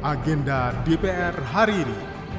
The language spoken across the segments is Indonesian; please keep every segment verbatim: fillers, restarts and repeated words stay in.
Agenda D P R hari ini.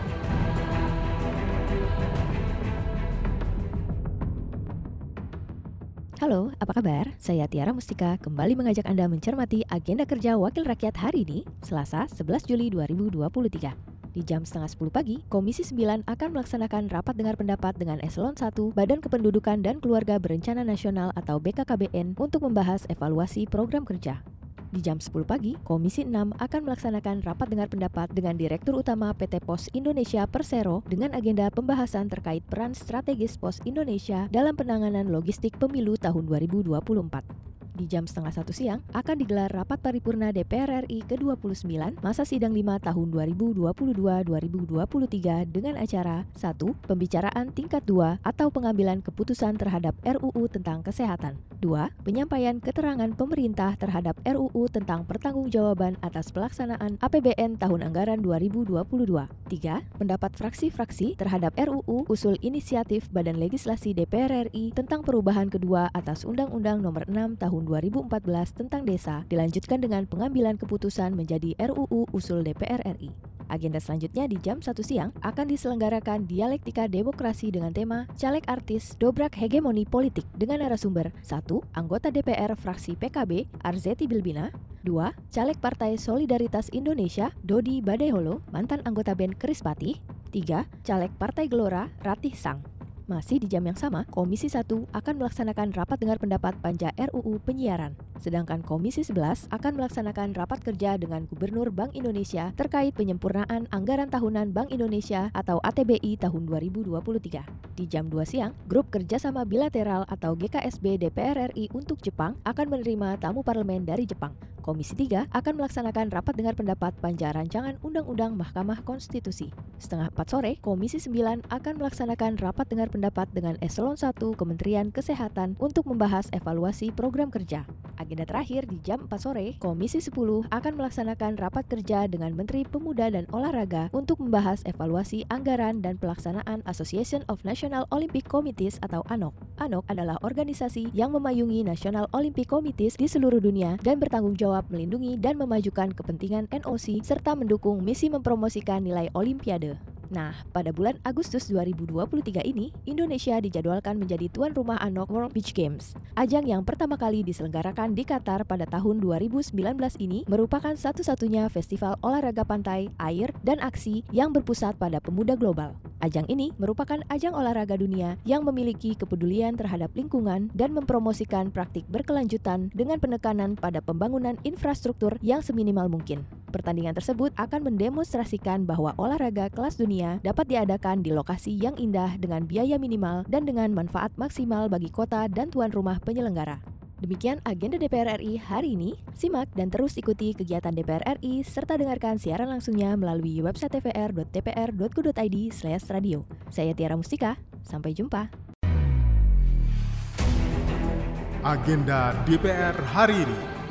Halo, apa kabar? Saya Tiara Mustika kembali mengajak Anda mencermati agenda kerja Wakil Rakyat hari ini, Selasa sebelas Juli dua ribu dua puluh tiga. Di jam setengah sepuluh pagi, Komisi sembilan akan melaksanakan rapat dengar pendapat dengan Eselon satu Badan Kependudukan dan Keluarga Berencana Nasional atau B K K B N untuk membahas evaluasi program kerja. Di jam sepuluh pagi, Komisi enam akan melaksanakan rapat dengar pendapat dengan Direktur Utama P T Pos Indonesia Persero dengan agenda pembahasan terkait peran strategis Pos Indonesia dalam penanganan logistik pemilu tahun dua ribu dua puluh empat. Di jam setengah satu siang akan digelar rapat paripurna D P R R I ke dua puluh sembilan masa sidang lima tahun dua ribu dua puluh dua sampai dua ribu dua puluh tiga dengan acara satu. Pembicaraan tingkat dua atau pengambilan keputusan terhadap R U U tentang kesehatan. dua. Penyampaian keterangan pemerintah terhadap R U U tentang pertanggungjawaban atas pelaksanaan A P B N tahun anggaran dua ribu dua puluh dua. tiga. Pendapat fraksi-fraksi terhadap R U U usul inisiatif Badan Legislasi D P R R I tentang perubahan kedua atas Undang-Undang Nomor enam Tahun dua ribu empat belas tentang desa dilanjutkan dengan pengambilan keputusan menjadi R U U usul D P R R I. Agenda selanjutnya di jam satu siang akan diselenggarakan dialektika demokrasi dengan tema Caleg Artis Dobrak Hegemoni Politik dengan narasumber satu. Anggota D P R fraksi P K B Arzetti Bilbina. dua. Caleg Partai Solidaritas Indonesia Dodi Badeholo, mantan anggota B E N Krispatih. tiga. Caleg Partai Gelora Ratih Sang. Masih di jam yang sama, Komisi satu akan melaksanakan rapat dengar pendapat panja R U U penyiaran. Sedangkan Komisi sebelas akan melaksanakan rapat kerja dengan Gubernur Bank Indonesia terkait penyempurnaan anggaran tahunan Bank Indonesia atau A T B I tahun dua ribu dua puluh tiga. Di jam dua siang, Grup Kerjasama Bilateral atau G K S B D P R R I untuk Jepang akan menerima tamu parlemen dari Jepang. Komisi tiga akan melaksanakan rapat dengar pendapat panja rancangan Undang-Undang Mahkamah Konstitusi. Setengah empat sore, Komisi sembilan akan melaksanakan rapat dengar pendapat dengan Eselon satu Kementerian Kesehatan untuk membahas evaluasi program kerja. Agenda terakhir di jam empat sore, Komisi sepuluh akan melaksanakan rapat kerja dengan Menteri Pemuda dan Olahraga untuk membahas evaluasi anggaran dan pelaksanaan Association of National Olympic Committees atau A N O K. A N O K adalah organisasi yang memayungi National Olympic Committees di seluruh dunia dan bertanggung jawab melindungi dan memajukan kepentingan N O C serta mendukung misi mempromosikan nilai Olimpiade. Nah, pada bulan Agustus dua ribu dua puluh tiga ini, Indonesia dijadwalkan menjadi tuan rumah A N O K World Beach Games. Ajang yang pertama kali diselenggarakan di Qatar pada tahun dua ribu sembilan belas ini merupakan satu-satunya festival olahraga pantai, air, dan aksi yang berpusat pada pemuda global. Ajang ini merupakan ajang olahraga dunia yang memiliki kepedulian terhadap lingkungan dan mempromosikan praktik berkelanjutan dengan penekanan pada pembangunan infrastruktur yang seminimal mungkin. Pertandingan tersebut akan mendemonstrasikan bahwa olahraga kelas dunia dapat diadakan di lokasi yang indah dengan biaya minimal dan dengan manfaat maksimal bagi kota dan tuan rumah penyelenggara. Demikian agenda D P R R I hari ini. Simak dan terus ikuti kegiatan D P R R I serta dengarkan siaran langsungnya melalui website t v r dot d p r dot go dot i d slash radio. Saya Tiara Mustika, sampai jumpa. Agenda D P R hari ini.